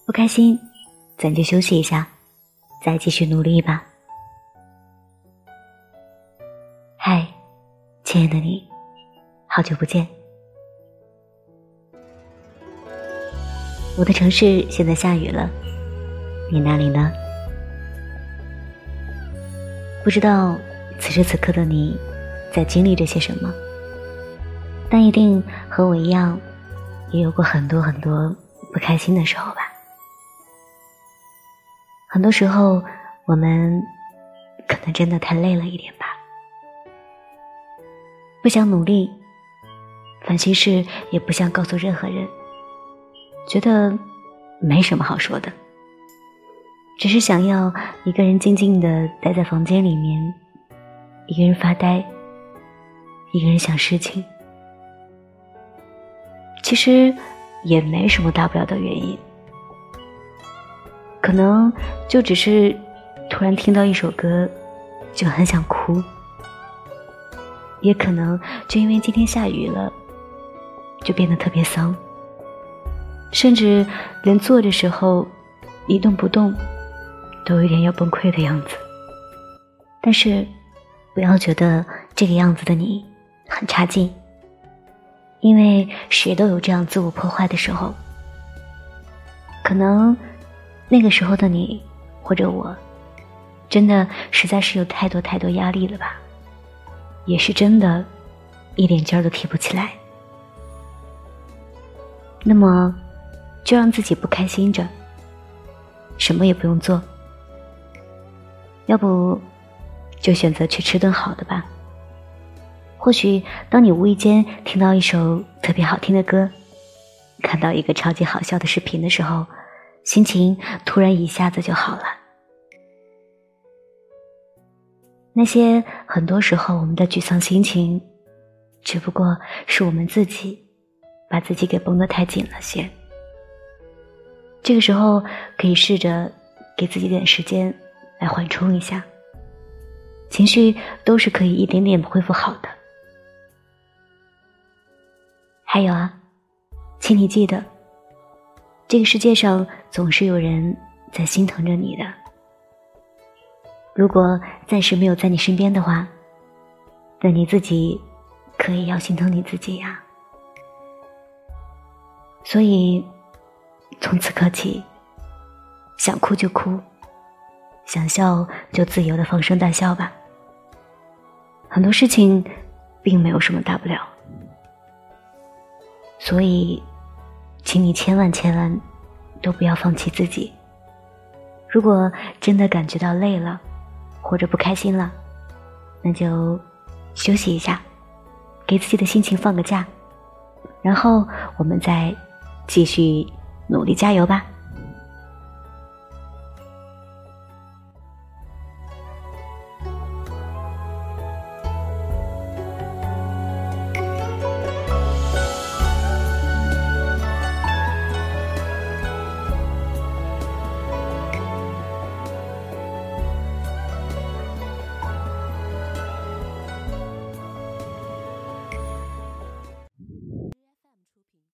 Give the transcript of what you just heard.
不开心咱就休息一下，再继续努力吧。嗨，亲爱的你，好久不见。我的城市现在下雨了，你那里呢？不知道此时此刻的你在经历着些什么，但一定和我一样，也有过很多很多不开心的时候吧。很多时候我们可能真的太累了一点吧，不想努力，烦心事也不想告诉任何人，觉得没什么好说的，只是想要一个人静静地待在房间里面，一个人发呆，一个人想事情。其实也没什么大不了的原因，可能就只是突然听到一首歌就很想哭，也可能就因为今天下雨了就变得特别丧，甚至连坐的时候一动不动都有一点要崩溃的样子。但是不要觉得这个样子的你很差劲，因为谁都有这样自我破坏的时候。可能那个时候的你或者我真的实在是有太多太多压力了吧，也是真的一点劲儿都提不起来。那么就让自己不开心着，什么也不用做，要不就选择去吃顿好的吧。或许当你无意间听到一首特别好听的歌，看到一个超级好笑的视频的时候，心情突然一下子就好了。那些很多时候我们的沮丧心情，只不过是我们自己把自己给绷得太紧了些。这个时候可以试着给自己点时间来缓冲一下，情绪都是可以一点点恢复好的。还有啊，请你记得，这个世界上总是有人在心疼着你的。如果暂时没有在你身边的话，那你自己可以要心疼你自己呀。所以从此刻起，想哭就哭，想笑就自由地放声大笑吧。很多事情并没有什么大不了，所以请你千万千万都不要放弃自己。如果真的感觉到累了或者不开心了，那就休息一下，给自己的心情放个假，然后我们再继续努力加油吧。